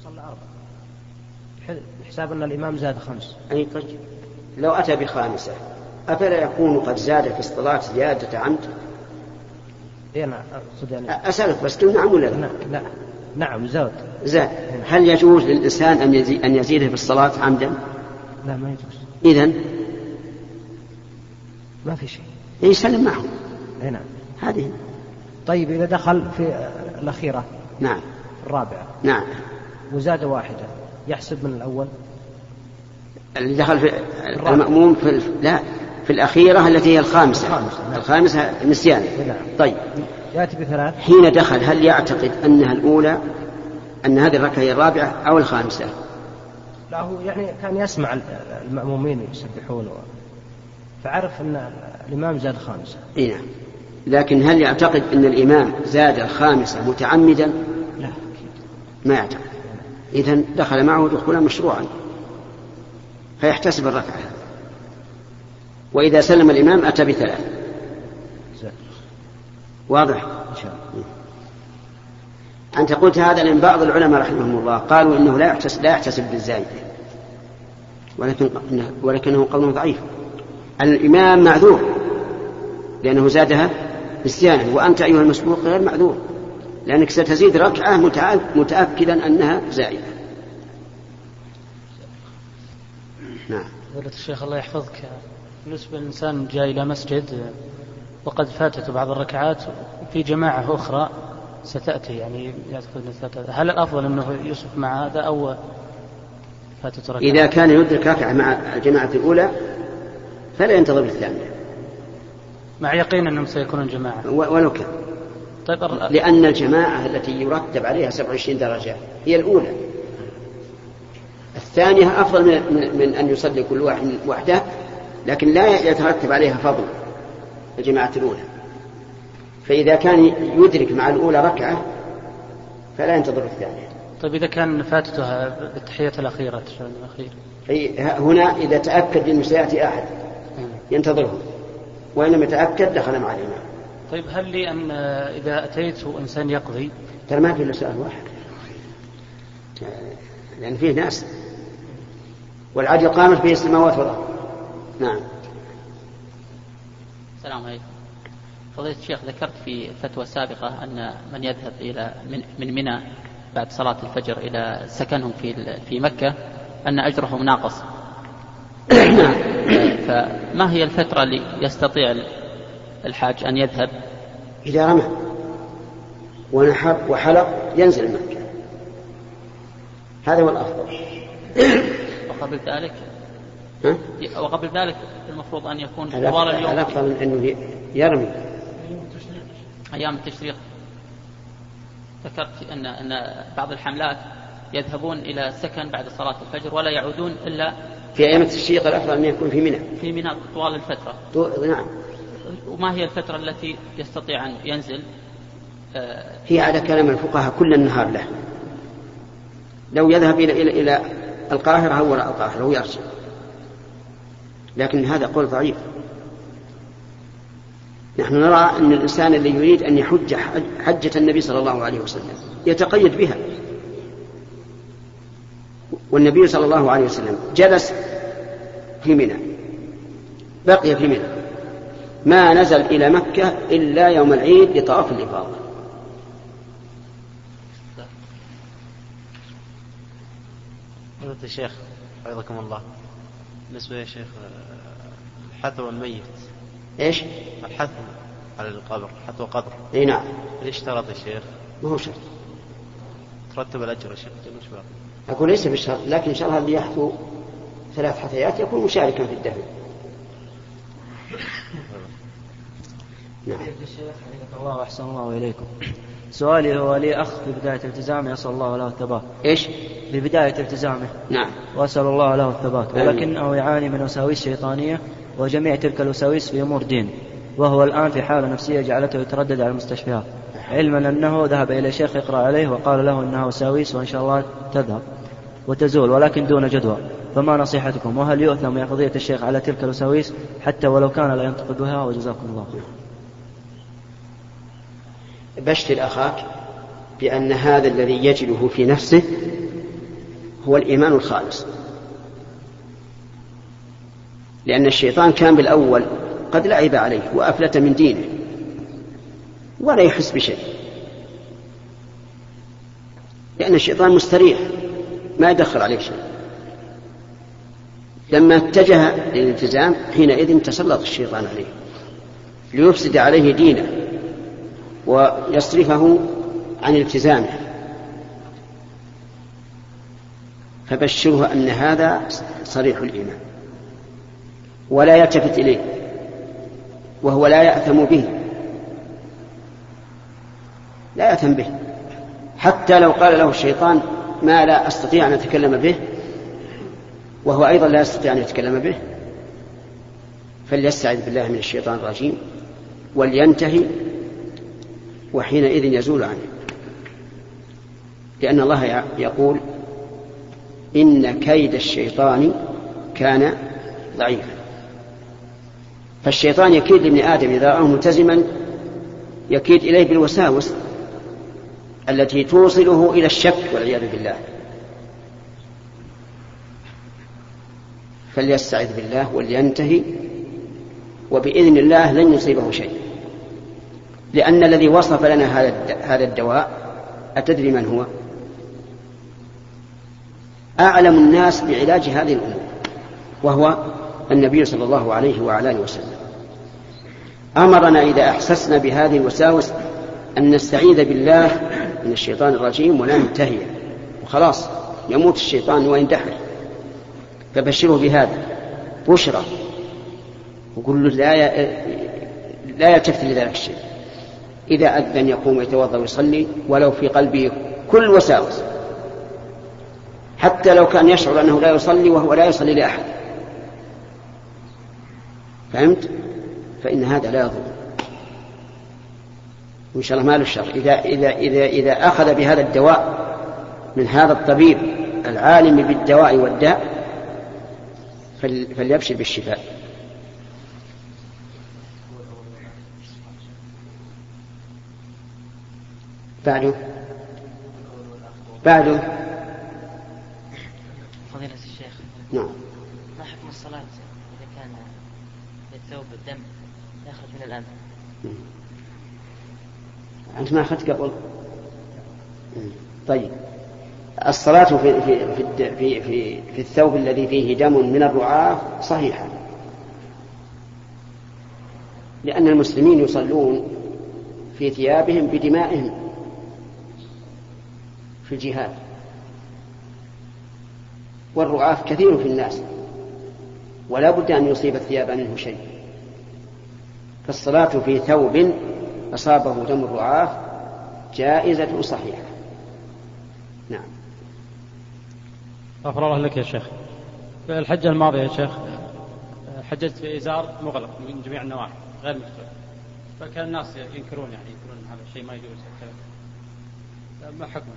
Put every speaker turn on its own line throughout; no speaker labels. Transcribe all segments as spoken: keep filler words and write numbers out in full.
صلى أربع بحساب أن الإمام زاد خمس.
أي طيب لو أتى بخامسة أفلا يكون قد زاد في الصلاة زيادة عمد؟
إيه نعم.
أسألك بس تقول نعم ولا لا؟
لا. لا. نعم زاد.
زاد. هل يجوز للإنسان أن يزيد أن يزيده في الصلاة عمدا؟
لا ما يجوز.
إذن
ما في شيء.
يسلم معه.
إيه نعم.
هذه.
طيب إذا دخل في الأخيرة.
نعم.
الرابعة.
نعم.
وزاد واحدة يحسب من الأول.
اللي دخل في المأموم في لا في الأخيرة التي هي الخامسة.
الخامسة, نعم.
الخامسة نسيان.
نعم.
طيب.
يأتي بثلاث.
حين دخل هل يعتقد أنها الأولى أن هذه الركعة هي الرابعة أو الخامسة؟
لا هو يعني كان يسمع المأمومين يسبحون فعرف أن الإمام زاد خامسة.
إيه نعم. لكن هل يعتقد أن الإمام زاد الخامسة متعمدا؟
لا
ما يعتقد. إذن دخل معه دخولا مشروعا فيحتسب الركعة. وإذا سلم الإمام أتى بثلاث. واضح؟
إن شاء الله.
أنت قلت هذا لأن بعض العلماء رحمهم الله قالوا إنه لا يحتسب, لا يحتسب بالزايد ولكن ولكنه قول ضعيف. الإمام معذور لأنه زادها نسيانا وأنت أيها المسبوق غير معذور لأنك ستزيد ركعة متأكدا أنها زائدة. نعم.
فضيلة الشيخ الله يحفظك بالنسبة للإنسان جاء إلى مسجد وقد فاتته بعض الركعات في جماعة أخرى ستأتي يعني هل الأفضل أنه يصف مع هذا أو فاتته ركعة؟
إذا كان يدرك ركعة مع الجماعة الأولى فلا ينتظر الثانية
مع يقين أنهم سيكونون جماعة
ولو كان.
طيب
لأن الجماعة التي يرتب عليها سبع وعشرين درجة هي الأولى. الثانية أفضل من, من أن يصلي كل واحد وحده لكن لا يترتب عليها فضل الجماعة الأولى. فإذا كان يدرك مع الأولى ركعة فلا ينتظر الثانية.
طيب إذا كان فاتتها بالتحية الأخيرة الأخير
هنا إذا تأكد أنه سيأتي أحد ينتظره وإن لم يتأكد دخل مع الإمام.
طيب هل لي أن إذا أتيت إنسان يقضي
ترى ما في إلا سؤال واحد لأن فيه ناس والعدل قامت به السماوات والأرض. نعم.
السلام عليكم. فضيلة الشيخ ذكرت في فتوى سابقة أن من يذهب إلى من, من منى بعد صلاة الفجر إلى سكنهم في في مكة أن أجرهم ناقص. فما هي الفترة اللي يستطيع الحاج أن يذهب؟
إذا رمى ونحر وحلق ينزل مكة هذا هو الأفضل.
وقبل ذلك
ها؟
وقبل ذلك المفروض أن يكون طوال اليوم.
الأفضل أنه يرمي
أيام التشريق. ذكرت أن أن بعض الحملات يذهبون إلى السكن بعد صلاة الفجر ولا يعودون إلا
في أيام التشريق. الأفضل أن يكون في منى
في منى طوال الفترة.
نعم.
وما هي الفترة التي يستطيع أن ينزل؟
هي على كلام الفقهاء كل النهار له. لو يذهب إلى إلى إلى القاهرة هو القاهرة ويرجع لكن هذا قول ضعيف. نحن نرى أن الإنسان اللي يريد أن يحج حجة النبي صلى الله عليه وسلم يتقيد بها. والنبي صلى الله عليه وسلم جلس في منى بقي في منى ما نزل إلى مكة إلا يوم العيد لطواف الإفاضة.
فضيلة الشيخ حفظكم الله بالنسبة يا شيخ الحثو الميت
إيش؟
الحثو على القبر حثو قبر.
إيه نعم.
ليش اشترط يا شيخ؟
ما هو شرط
ترتب الأجر يا شيخ.
أقول ليس بالشرط لكن إن شاء الله اللي يحثو ثلاث حثيات يكون مشاركا في الدفن.
نعم. الله وأحسن الله إليكم. سؤالي هو لي أخ في بداية التزامه يسأل الله له الثبات.
إيش؟
في بداية التزامه.
نعم.
وأسأل الله له الثبات ولكنه يعاني من وساوس شيطانية وجميع تلك الوساوس في أمور دين وهو الآن في حالة نفسية جعلته يتردد على المستشفيات علما أنه ذهب إلى شيخ يقرأ عليه وقال له أنها وساوس وإن شاء الله تذهب وتزول ولكن دون جدوى. فما نصيحتكم وهل يؤثم يا فضيلة الشيخ على تلك الوساوس حتى ولو كان لا ينطق بها وجزاكم الله خير.
بشر أخاك بأن هذا الذي يجده في نفسه هو الإيمان الخالص، لأن الشيطان كان بالأول قد لعب عليه وأفلت من دينه ولا يحس بشيء، لأن الشيطان مستريح ما يدخل عليه شيء. لما اتجه للالتزام حينئذ تسلط الشيطان عليه ليفسد عليه دينه ويصرفه عن التزامه. فبشره أن هذا صريح الإيمان ولا يلتفت إليه وهو لا يأثم به، لا يأثم به، حتى لو قال له الشيطان ما لا أستطيع أن أتكلم به وهو أيضا لا يستطيع أن يتكلم به، فليستعذ بالله من الشيطان الرجيم ولينتهي، وحينئذ يزول عنه. لأن الله يقول إن كيد الشيطان كان ضعيفا. فالشيطان يكيد لابن آدم إذا رآه ملتزما، يكيد إليه بالوساوس التي توصله إلى الشك والعياذ بالله. فليستعذ بالله ولينتهي، وبإذن الله لن يصيبه شيء، لأن الذي وصف لنا هذا الدواء أتدري من هو؟ أعلم الناس بعلاج هذه الأمور، وهو النبي صلى الله عليه وعلى آله وسلم. أمرنا إذا أحسسنا بهذه الوساوس أن نستعيذ بالله من الشيطان الرجيم ولا ننتهي، وخلاص يموت الشيطان ويندحر. فبشره بهذا بشرى، وقل له لا لا يلتفت لذلك الشيء. إذا أذن يقوم يتوضأ ويصلي ولو في قلبه كل وساوس، حتى لو كان يشعر أنه لا يصلي وهو لا يصلي لأحد، فهمت؟ فإن هذا لا يضر، وإن شاء الله ما له الشر. إذا, إذا, إذا, إذا أخذ بهذا الدواء من هذا الطبيب العالم بالدواء والداء فليبشر بالشفاء. بعده بعده
فضيلة الشيخ،
نعم.
ما حكم الصلاة إذا كان الثوب الدم يخرج من الأنف؟
أنت ما أخذت قبل؟ طيب، الصلاة في في في في في, في الثوب الذي فيه دم من الرعاف صحيحة، لأن المسلمين يصلون في ثيابهم بدمائهم في الجهاد، والرعاف كثير في الناس ولا بد أن يصيب الثياب منه شيء، فالصلاة في ثوب أصابه دم الرعاف جائزة صحيحة. نعم.
غفر الله لك يا شيخ. في الحجة الماضية يا شيخ حججت في إزار مغلق من جميع النواحي غير مفتوح، فكان الناس ينكرون يعني يقولون هذا الشيء ما يجوز. ما حكمه؟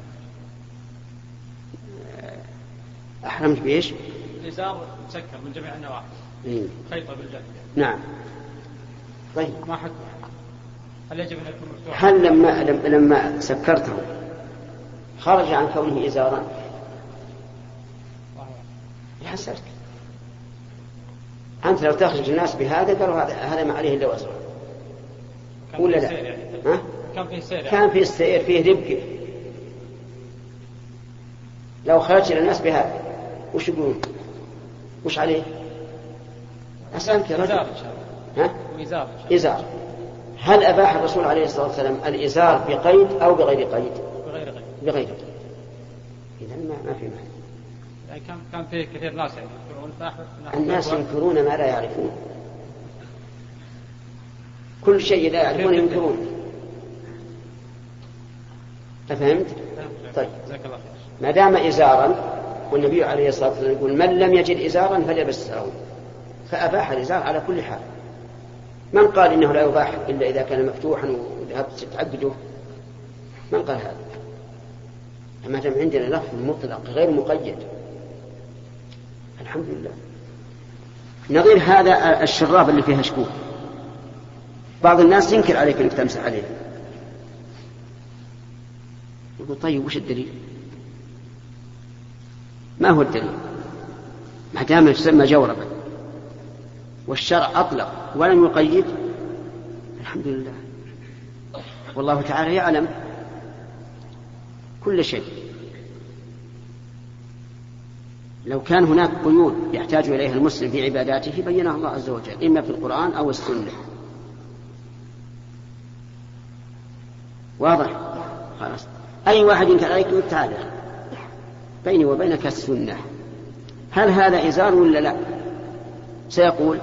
أحرمت بإيش؟
الإزار مسكر من جميع النواحي، خيطة بالجلد.
نعم. طيب،
ما حكمه؟ هل يجب أن يكون مفتوح؟
هل لما لما سكرته خرج عن كونه إزارا؟ يحسرك أنت لو تخرج الناس بهذا قالوا هذا هذا ما عليه إلا وزره ولا لا؟
يعني.
ها؟
كان فيه سير يعني.
كان فيه السير فيه ربكه. لو خرج الناس بهذا وش يقولون؟ وش عليه؟ أسألك يا رجل.
إزار إن شاء الله.
ها؟
إزار.
إزار. هل أباح الرسول عليه الصلاة والسلام الإزار بقيد أو بغير قيد؟
بغير قيد.
بغير قيد. إذا ما ما في معنى.
يعني كان كان فيه كثير ناس يعني ينكرون.
الناس ينكرون ما لا يعرفون. كل شيء لا يعرفون ينكرون. أفهمت؟ طيب. ما دام إزارا، والنبي عليه الصلاة والسلام يقول من لم يجد إزارا فليلبس إزاره، فأباح الإزار على كل حال. من قال إنه لا يباح إلا إذا كان مفتوحا وذهبت تعبده؟ من قال هذا؟ أما دام عندنا لفظ مطلق غير مقيد الحمد لله. نظير هذا الشراب اللي فيها شكوك، بعض الناس ينكر عليك أنك تمسح عليه، يقول طيب وش الدليل؟ ما هو الدليل؟ ما دام يسمى جوربا والشرع أطلق ولم يقيد، الحمد لله، والله تعالى يعلم كل شيء. لو كان هناك قيود يحتاج إليها المسلم في عباداته بينها الله عز وجل إما في القرآن أو السنة. واضح؟ خلاص، أي واحد ينكر عليك يقول تعالى بيني وبينك السنة، هل هذا إزار ولا لا؟ سيقول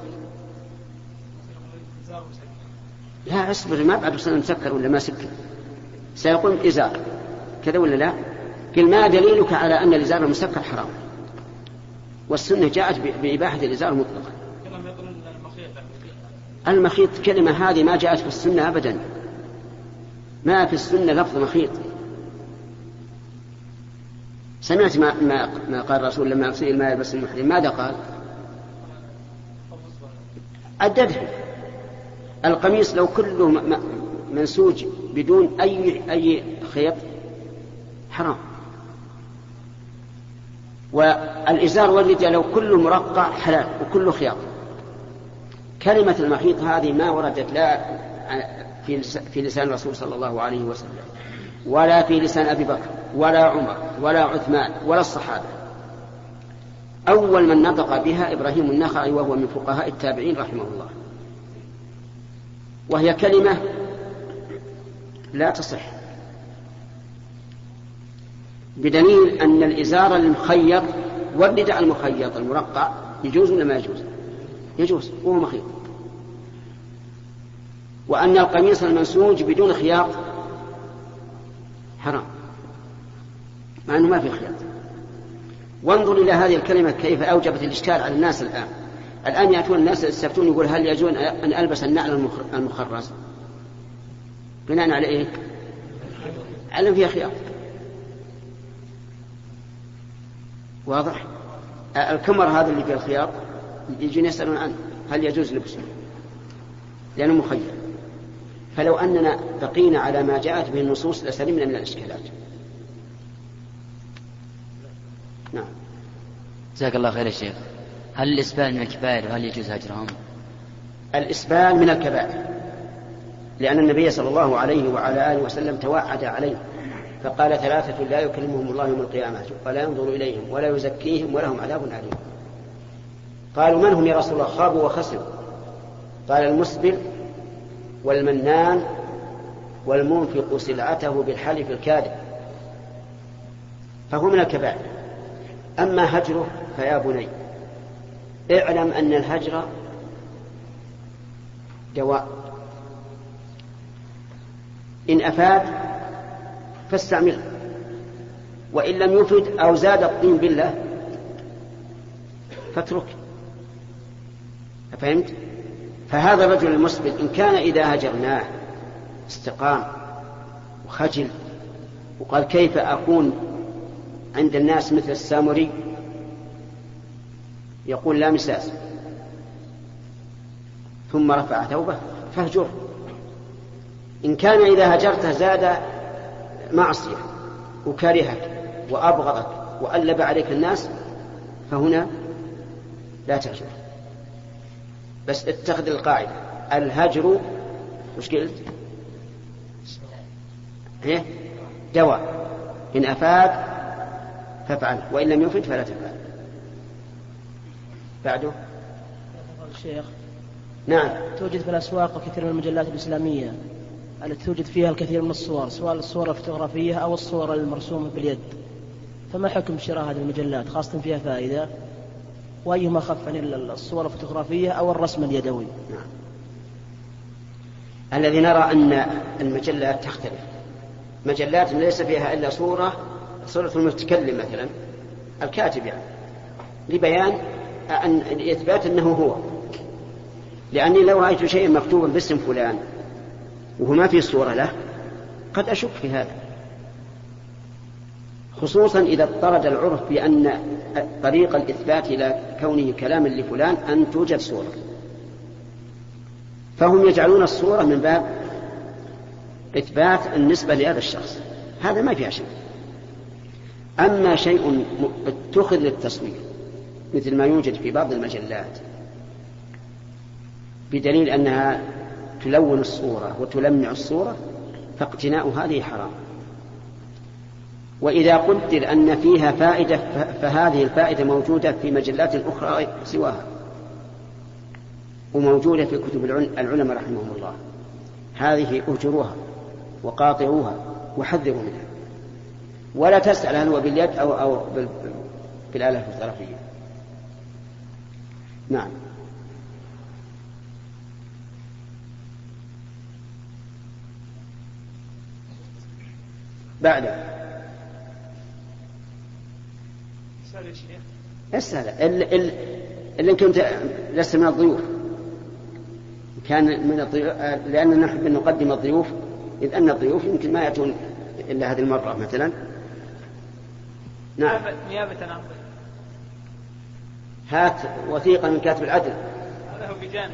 لا أصبر، ما بعد وصلنا مسكر ولا ما سكر، سيقول إزار كذا ولا لا؟ قل ما دليلك على أن الإزار المسكر حرام؟ والسنة جاءت بإباحة الإزار مطلقا. المخيط كلمة هذه ما جاءت في السنة أبدا، ما في السنة لفظ مخيط. سمعت ما, ما, ما قال الرسول لما سئل ما يلبس المحرم ماذا قال؟ عددها. القميص لو كله منسوج بدون أي, أي خيط حرام، والإزار والرداء لو كله مرقع حلال وكله خياط. كلمة المخيط هذه ما وردت لا في لسان الرسول صلى الله عليه وسلم ولا في لسان أبي بكر ولا عمر ولا عثمان ولا الصحابة. أول من نطق بها إبراهيم النخعي وهو من فقهاء التابعين رحمه الله، وهي كلمة لا تصح، بدليل أن الإزار المخيط والرداء المخيط المرقع يجوز ولا ما يجوز؟ يجوز وهو مخيط. وأن القميص المنسوج بدون خياط حرام مع أنه ما في خياط. وانظر إلى هذه الكلمة كيف أوجبت الإشكال على الناس الآن. الآن يأتون الناس يستفتون يقول هل يجوز أن ألبس النعل المخرز؟ بناء على إيه؟ علم فيها خياط. واضح؟ الكمر هذا اللي فيه الخياط يجون يسألون عنه هل يجوز لبسه لأنه مخير. فلو أننا بقينا على ما جاءت به النصوص لسلمنا من الإشكالات. نعم.
جزاك الله خير يا شيخ. هل الإسبال من الكبائر وهل يجوز هجرهم؟
الإسبال من الكبائر، لأن النبي صلى الله عليه وعلى آله وسلم توعد عليه فقال ثلاثة لا يكلمهم الله يوم القيامة ولا ينظر إليهم ولا يزكيهم ولهم عذاب أليم. قالوا من هم يا رسول الله؟ خابوا وخسروا. قال المسبل والمنان والمنفق سلعته بالحلف الكاذب، فهو من الكبائر. أما هجره فيا بني اعلم أن الهجر دواء، إن أفاد فاستعمله، وإن لم يفد أو زاد الطين بالله فاترك. فهمت؟ فهذا الرجل المسبل إن كان إذا هجرناه استقام وخجل وقال كيف أكون عند الناس مثل السامري يقول لا مساس ثم رفع ثوبه فاهجره. إن كان إذا هجرته زاد معصية وكرهك وأبغضك وألب عليك الناس فهنا لا تهجر، بس اتخذ القاعدة الهجر وش قلت؟ إيه؟ دواء، إن أفاد فافعل وإن لم يفد فلا تفعل. بعده
الشيخ.
نعم.
توجد في الأسواق كثير من المجلات الإسلامية التي توجد فيها الكثير من الصور، سواء الصور الفوتوغرافية أو الصور المرسومة باليد، فما حكم شراء هذه المجلات خاصة فيها فائدة؟ وأيهما خف عن الصور الفوتوغرافية أو الرسم اليدوي؟
نعم. الذي نرى أن المجلات تختلف، مجلات ليس فيها إلا صورة صورة المتكلم مثلا الكاتب يعني لبيان أن إثبات أنه هو، لأني لو رأيت شيئا مكتوبا باسم فلان وهو ما في صورة له قد أشك في هذا، خصوصا إذا اضطرد العرف بأن طريق الإثبات إلى كونه كلاما لفلان أن توجد صورة، فهم يجعلون الصورة من باب إثبات النسبة لهذا الشخص، هذا ما فيها شيء. أما شيء اتخذ للتصوير مثل ما يوجد في بعض المجلات بدليل أنها تلون الصورة وتلمع الصورة فاقتناء هذه حرام. وإذا قدر أن فيها فائدة فهذه الفائدة موجودة في مجلات أخرى سواها وموجودة في كتب العلماء رحمهم الله، هذه أجروها وقاطعوها وحذروا منها، ولا تسأل هل هو باليد أو, أو بالآلة الفوتوغرافية. نعم. بعد اسأل اللي كنت لست من الضيوف كان من الضيوف، لأننا نحب أن نقدم الضيوف إذ أن الضيوف يمكن ما يأتون إلا هذه المرة مثلا. نعم.
نيابة عن
هات وثيقة من كاتب العدل.
هذا هو بجانب.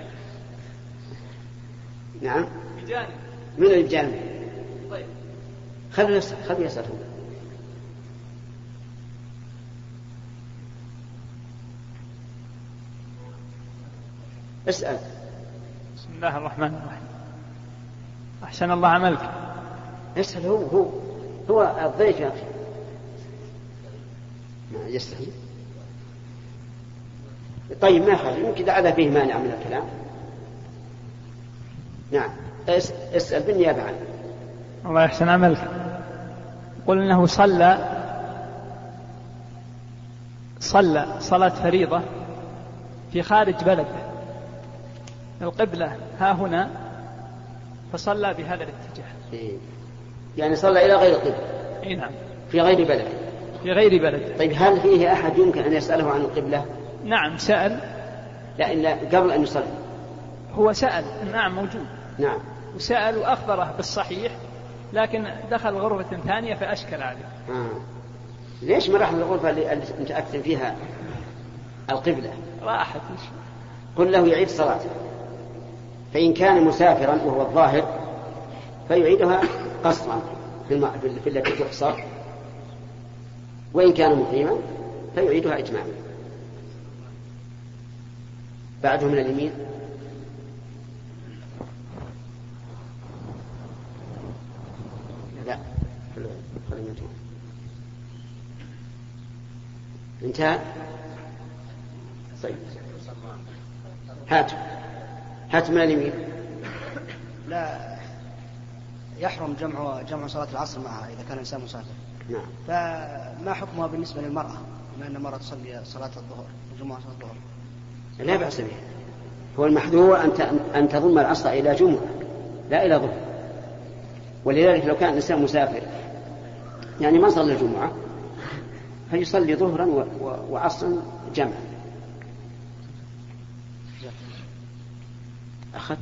نعم
بجانب.
من اللي بجانب؟
طيب
خلوا يسأل خلوا يسأل هو. اسأل.
بسم الله الرحمن الرحيم. أحسن الله عملك.
اسأل هو هو هو الضيف يا أخي. ما يستحي. طيب ما يخالف يمكن هذا فيه مانع من الكلام. نعم اسأل بالنيابة عنه.
الله يحسن عملك. قل إنه صلى صلى صلاة فريضة في خارج بلده، القبلة ها هنا، فصلى بهذا الاتجاه.
إيه. يعني صلى إلى غير القبلة.
إيه نعم.
في غير بلد.
في غير بلد.
طيب هل فيه أحد يمكن أن يسأله عن القبلة؟
نعم سأل.
لا إلا قبل أن يصلي.
هو سأل. نعم موجود.
نعم.
وسأل وأخبره بالصحيح، لكن دخل غرفة ثانية فأشكل عليه.
آه. ليش ما راح للغرفة اللي متأكد فيها القبلة؟
راحت.
قل له يعيد صلاته، فإن كان مسافرا وهو الظاهر فيعيدها قصرا في, الم... في التي تقصر، وإن كان مقيما فيعيدها إتماما. بعده من اليمين. لا انتهى. طيب هات هات من اليمين.
لا يحرم جمع جمع صلاة العصر معها إذا كان الإنسان مسافر.
نعم.
فما حكمها بالنسبة للمرأة بما أن المرأة تصلي صلاة الظهر وجمعة صلاة الظهر؟
لا بأس به. هو المحذور أن أن تضم العصر إلى جمعة لا إلى ظهر. ولذلك لو كان الإنسان مسافر يعني ما صلى الجمعة فيصلي ظهرا وعصرا جمعا. أخذت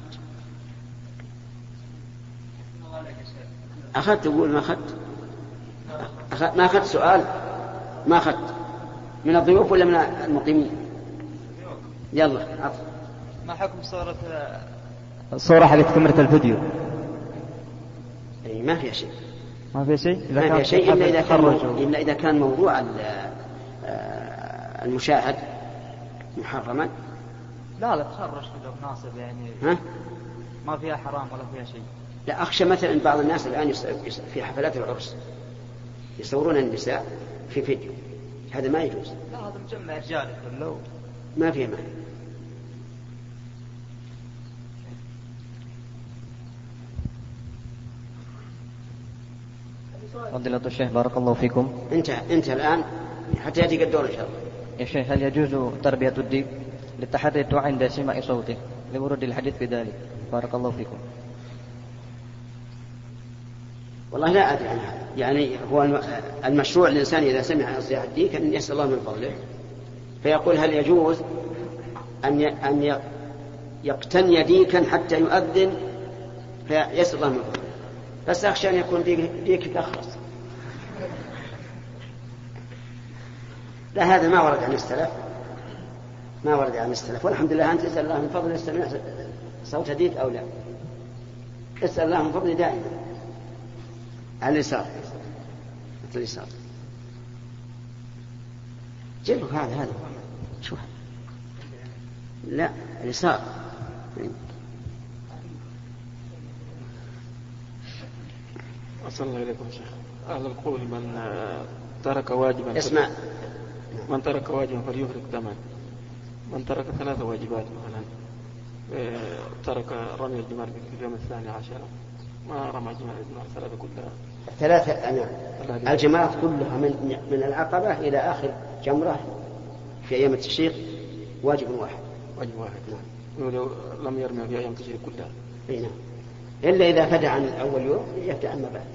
أخذت تقول ما أخذت أخذت ما أخذت سؤال ما أخذت من الضيوف ولا من المقيمين؟ يلا عطف.
ما حكم صورة
الصورة حقت كاميرا الفيديو؟
أي ما فيها شيء.
ما فيها شيء.
ما فيها شيء إلا إذا كان إلا إذا كان موضوع المشاهد محرما.
لا لا تخرج بدون ناصب يعني.
ها؟
ما فيها حرام ولا فيها شيء.
لا أخشى مثلا بعض الناس الآن في حفلات العرس يصورون النساء في فيديو، هذا ما يجوز.
لا هذا مجمع رجالي كله
ما فيه معنى.
فضيلة الشيخ بارك الله فيكم.
انت انت الآن حتى يأتيك الدور إن شاء الله.
يا شيخ هل يجوز تربية الديب للتحري الدعاء عند سماع صوته لورود الحديث بذلك؟ بارك الله فيكم.
والله لا أدري عن هذا. يعني هو المشروع الإنسان إذا سمع نصيحة الديك أن يسأل الله من فضله فيقول هل يجوز أن أن يقتني ديكا حتى يؤذن فيسأل الله من فضله، بس أخشى أن يكون ديك, ديك أخرس. لا هذا ما ورد عن السلف، ما ورد عن السلف. والحمد لله أنت تسأل الله من فضله يستمع صوت ديك أو لا. اسأل الله من فضله دائما على اليسار اليسار. جلو هذا هذا شوف لا اليسار.
أصلى الله إليكم شيخ. أهل القول من ترك واجبا
اسمع
من ترك واجبا فليفرق دما. من ترك ثلاث واجبات مثلا ترك رمي الجمار في اليوم الثاني عشر ما رمى جمار الجمار ثلاثة كلها
ثلاثة أنواع الجمارات كلها من من العقبة إلى آخر جمرة في أيام التشريق واجب واحد.
واجب واحد نعم. ولو لم يرمي في أيام التشريق كلها
أي نعم إلا إذا فدى عن أول يوم يفدى عن ما بعد.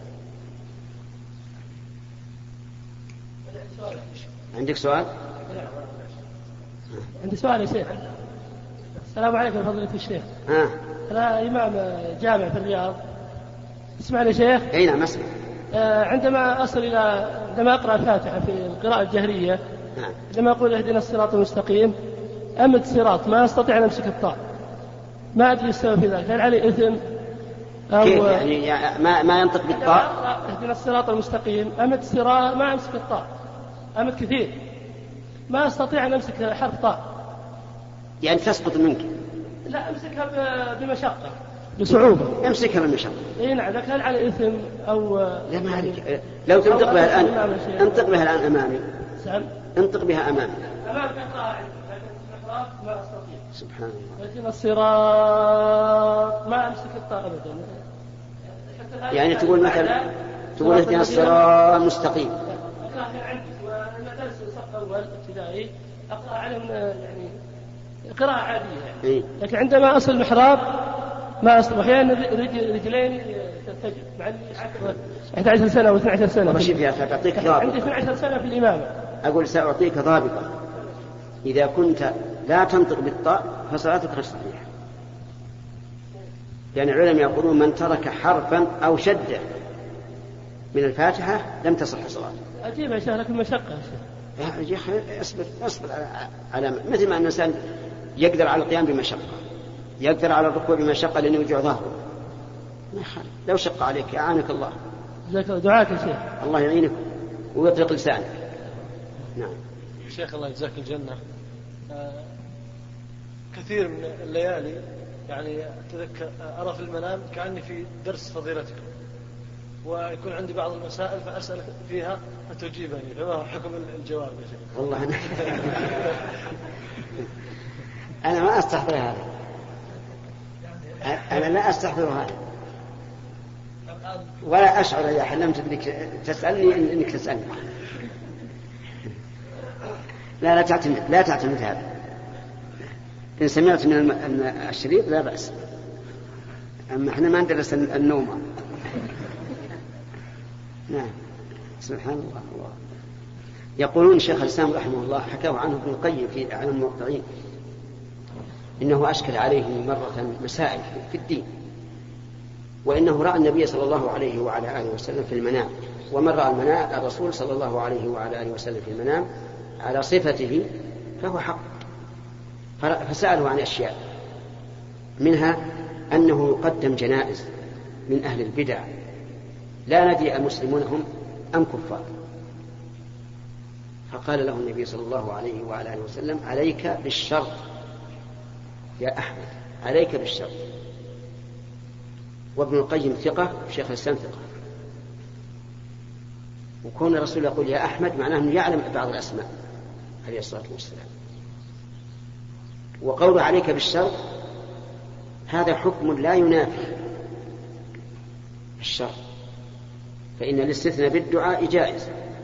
عندك سؤال؟
عندي سؤال يا شيخ. السلام عليكم فضيلة الشيخ.
آه.
أنا إمام جامع في الرياض. اسمعني يا شيخ.
أي نعم أسمع.
آه عندما أصل إلى عندما أقرأ الفاتحة في القراءة الجهرية
نعم.
عندما أقول اهدنا الصراط المستقيم أمد صراط ما أستطيع أن أمسك الطاء ما أدري السبب في ذلك هل علي إثم
أو كيف يعني, يعني ما ما ينطق بالطاء؟
اهدنا الصراط المستقيم أمد صراط ما أمسك الطاء أمد كثير ما أستطيع أن أمسك حرف طاء
يعني تسقط منك.
لا أمسكها بمشقة بصعوبة.
امسكها بمشقة.
اي نعم لكن هل على إثم أو
لا ما عليك لو تنطق بها الآن انطق بها الآن أمامي.
سأل
انطق بها أمامي.
أمامك قاعد ما أستطيع.
سبحان الله.
لكن الصراط ما أمسك الطاء أبدا.
يعني تقول مثلا تقول اهدنا الصراط المستقيم.
أقرأ عندي والمدرسة الصف الأول ابتدائي أقرأ عليهم يعني قراءة عادية يعني.
إيه؟
لكن عندما أصل المحراب ما أصل أحيانا رجلين ترتجل مع إحدى عشرة سنة أو اثنتي عشرة سنة.
رشيد يا أخي أعطيك ضابطة.
عندي اثنتي عشرة سنة في الإمامة.
أقول سأعطيك ضابطة إذا كنت لا تنطق بالطاء فصلاتك غير صحيحة. يعني العلماء يقولون من ترك حرفا أو شدة من الفاتحة لم تصح صلاته.
أجيب يا شيخ لكن مشقة يا
شيخ. يا أخي اصبر اصبر على مثل ما أن الإنسان يقدر على القيام بمشقة يقدر على الركوع بمشقة لأنه يوجع ظهره ما يخالف. لو شق عليك أعانك الله.
دعاك يا شيخ.
الله يعينك ويطلق لسانك. نعم.
شيخ الله يجزاك الجنة. آه كثير من الليالي يعني أتذكر أرى في المنام كأني في درس فضيلتكم ويكون عندي بعض المسائل فأسأل فيها فتجيبني فما هو حكم الجواب يا شيخ؟
والله أنا, أنا ما أستحضر هذا. أنا لا أستحضر هذا ولا أشعر إذا حلمت بك تسألني إنك تسألني. لا لا تعتمد لا تعتمد هذا. إن سمعت من الشريط لا بأس. أما إحنا ما ندرس النوم. نعم. سبحان الله. الله. يقولون شيخ الإسلام رحمه الله حكاه عنه ابن القيم في أعلام الموقعين إنه أشكل عليه مرة مسائل في الدين وإنه رأى النبي صلى الله عليه وعلى آله وسلم في المنام ومن رأى المنام الرسول صلى الله عليه وعلى آله وسلم في المنام على صفته فهو حق. فسأله عن أشياء منها أنه يقدم جنائز من أهل البدع لا ندري المسلمون هم أم كفار. فقال له النبي صلى الله عليه وعلى آله وسلم عليك بالشرط يا أحمد عليك بالشرط. وابن القيم ثقة شيخ الإسلام ثقة وكون الرسول يقول يا أحمد معناه أنه يعلم بعض الأسماء عليه الصلاة والسلام. وقوله عليك بالشرط هذا حكم لا ينافي الشرط فإن الاستثناء بالدعاء جائز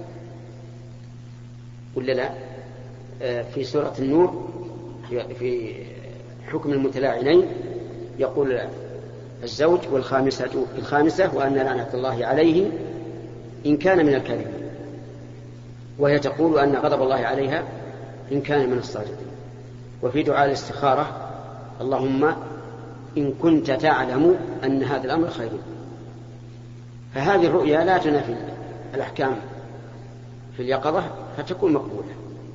ولا لا؟ في سورة النور في حكم المتلاعنين يقول الزوج والخامسة الخامسة وأن لعنة الله عليه إن كان من الكاذبين وهي تقول أن غضب الله عليها إن كان من الصادقين. وفي دعاء الاستخارة اللهم إن كنت تعلم أن هذا الأمر خير. فهذه الرؤيا لا تنافي الأحكام في اليقظة فتكون مقبولة.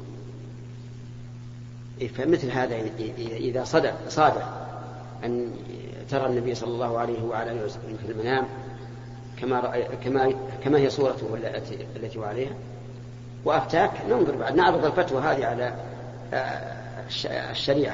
فمثل هذا إذا صدق صادق أن ترى النبي صلى الله عليه وعلى آله وسلم في المنام كما كما كما هي صورته التي التي عليها وأفتاك ننظر بعد نعرض الفتوى هذه على الشريعة.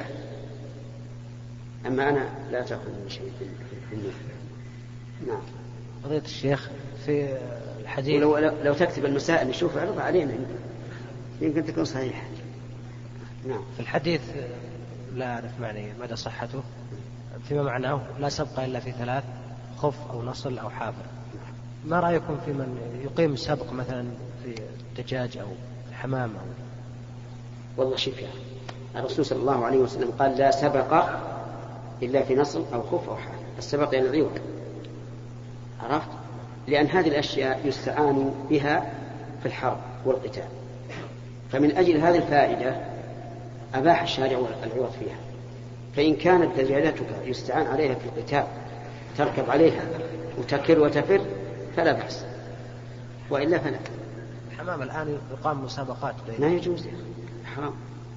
أما أنا لا تأخذ من شيء في النية. نعم.
قضية الشيخ في الحديث
لو, لو تكتب المسائل نشوف عرضها علينا يمكن تكون صحيحة. نعم.
في الحديث لا أعرف معنى مدى صحته فيما معناه لا سبق إلا في ثلاث: خف أو نصل أو حافر. ما رأيكم في من يقيم سبق مثلا في الدجاج أو الحمام أو...
والله شوف يعني الرسول صلى الله عليه وسلم قال لا سبق إلا في نصل أو خف أو حافر. السبق يعني العوض، عرفت؟ لأن هذه الأشياء يستعان بها في الحرب والقتال، فمن أجل هذه الفائدة أباح الشارع العوض فيها. فإن كانت دجاجتك يستعان عليها في القتال تركب عليها وتكر وتفر فلا بأس، وإلا فلا.
الحمام الآن يقام مسابقات
لا يجوز، حرام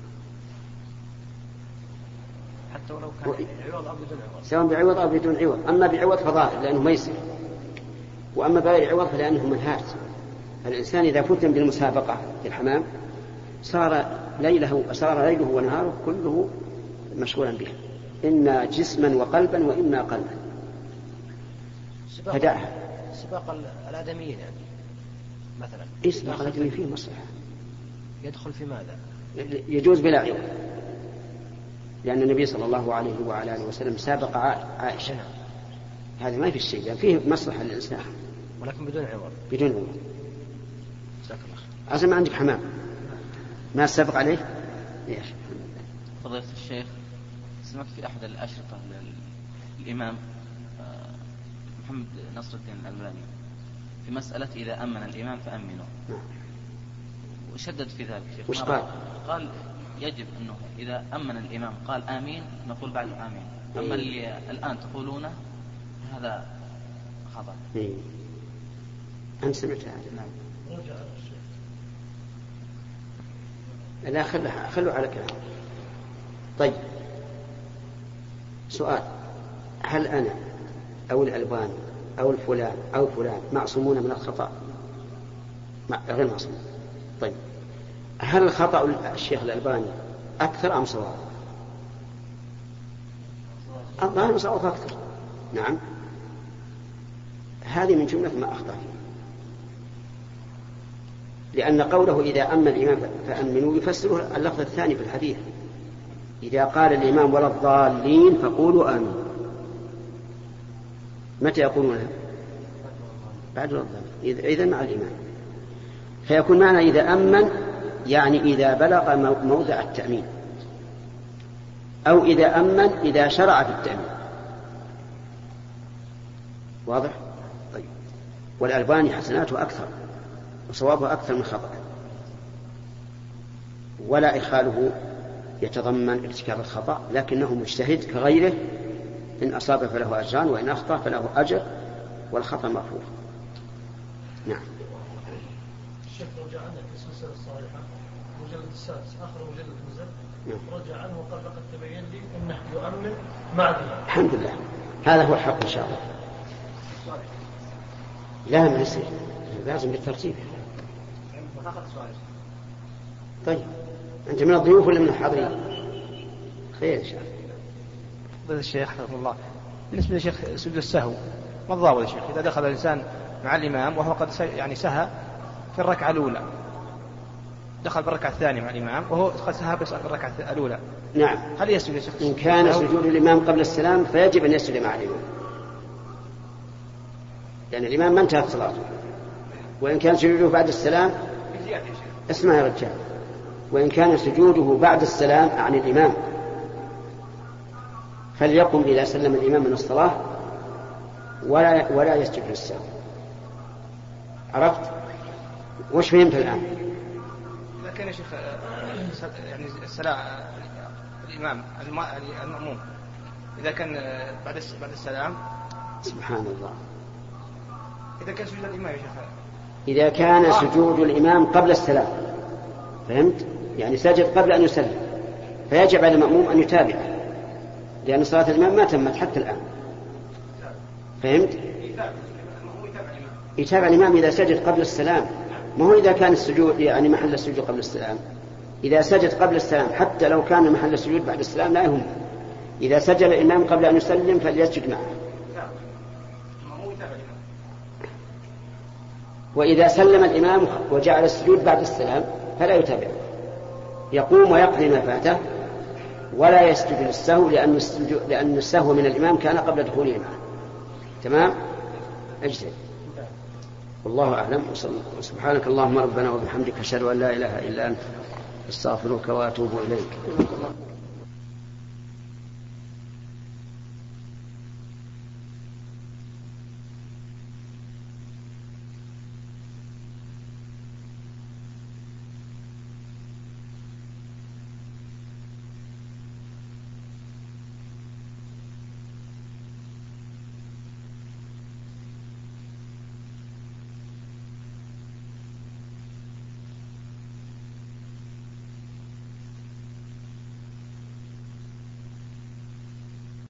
حتى ولو كان عوض أو بدون عوض،
سواء بعوض أو بدون عوض. أما بعوض فظاهر لأنه ميسر، وأما بغير عوض فلأنه منهاج. الإنسان إذا فتن بالمسابقة في الحمام صار ليله صار ليله ونهاره كله مشغولا به، إما جسما وقلبا وإما قلبا. فدعها.
سباق الآدميين يعني مثلا.
إيه سباق الآدميين فيه مصلحة.
يدخل في ماذا؟
يجوز بلا عوض، لأن النبي صلى الله عليه وعلى آله وسلم سابق عائشة. هذا ما في الشيء يعني فيه مصلحة للإنسان،
ولكن بدون عوض.
بدون عوض. أصلا ما عندك حمام ما سبق عليه. ليش؟
فضيلة الشيخ، سمعت في أحد الأشرطة الإمام محمد نصر الدين الألباني في مسألة إذا أمن الإمام فأمنوا، وشدد في ذلك شيخ.
وش قال؟
قال يجب أنه إذا أمن الإمام قال آمين نقول بعد آمين، أما اللي الآن تقولونه هذا خطأ.
إيه. أنت سمعت هذا؟
نعم.
لا خلوا خلوا على كلام. طيب سؤال: هل أنا أو الألباني أو الفلان أو فلان معصومون من الخطأ؟ غير معصوم. طيب هل الخطأ الشيخ الألباني أكثر أم صواب؟ الظاهر صواب أكثر. نعم، هذه من جملة ما أخطأ فيه، لأن قوله إذا أمن الإمام فأمنوا يفسره اللفظ الثاني في الحديث: إذا قال الإمام ولا الضالين فقولوا آمين. متى يقولونها؟ بعد ولا الضالين، إذا مع الإمام. فيكون معنى إذا أمن يعني إذا بلغ موضع التأمين، أو إذا أمن إذا شرع في التأمين. واضح؟ طيب. والألباني حسناته أكثر وصوابه أكثر من خطأ، ولا إخاله يتضمن ارتكاب الخطأ، لكنه مجتهد كغيره، إن أصاب فله أجران وإن أخطأ فله أجر والخطأ مغفور. نعم.
الشيخ رجع عنه في السلسلة الصالحة مجلد السادس آخر مجلد نزل، رجع عنه وقال لقد تبين لي أنه يؤمن مع الإمام.
الحمد لله، هذا هو الحق إن شاء الله. لا ما يصير، لازم بالترتيب. طيب أنت من الضيوف ولا من الحاضرين؟ خير إن شاء الله.
فضيلة الشيخ حفظه الله، بالنسبة للشيخ سجود السهو ما الضابط يا شيخ إذا دخل الإنسان مع الإمام وهو قد يعني سهى في الركعة الأولى، دخل بالركعة الثانية مع الإمام وهو قد سهى بس في الركعة الأولى؟
نعم.
هل يسجد يا شيخ؟
إن كان سجود الإمام قبل السلام فيجب أن يسجد مع الإمام، لأن الإمام ما انتهت صلاته. وإن كان سجوده بعد السلام، اسمع يا رجال، وإن كان سجوده بعد السلام عن الإمام فليقم إذا سلم الإمام من الصلاة ولا ولا يسجد للسهو. عرفت؟ وش فهمت الآن؟
إذا كان يا شيخ يعني السلام الإمام المأموم إذا كان بعد بعد السلام،
سبحان الله،
إذا كان سجود الإمام يا شيخ،
إذا كان سجود الإمام قبل السلام، فهمت؟ يعني سجد قبل أن يسلم، فيجب على المأموم أن يتابعه، لأن صلاة الإمام ما تمت حتى الآن. فهمت؟ يتابع الإمام إذا سجد قبل السلام ما هو إذا كان السجود يعني محل السجود قبل السلام، إذا سجد قبل السلام حتى لو كان محل السجود بعد السلام لا يهم. إذا سجد الإمام قبل أن يسلم فليسجد معه. وإذا سلم الإمام وجعل السجود بعد السلام فلا يتابع، يقوم ويقضي ما فاته ولا يسجد للسهو، لأن السجود لأن السهو من الإمام كان قبل دخوله معه. تمام؟ اجتهد. والله أعلم. وسبحانك اللهم ربنا وبحمدك أشهد أن لا إله إلا أنت أستغفرك وأتوب إليك.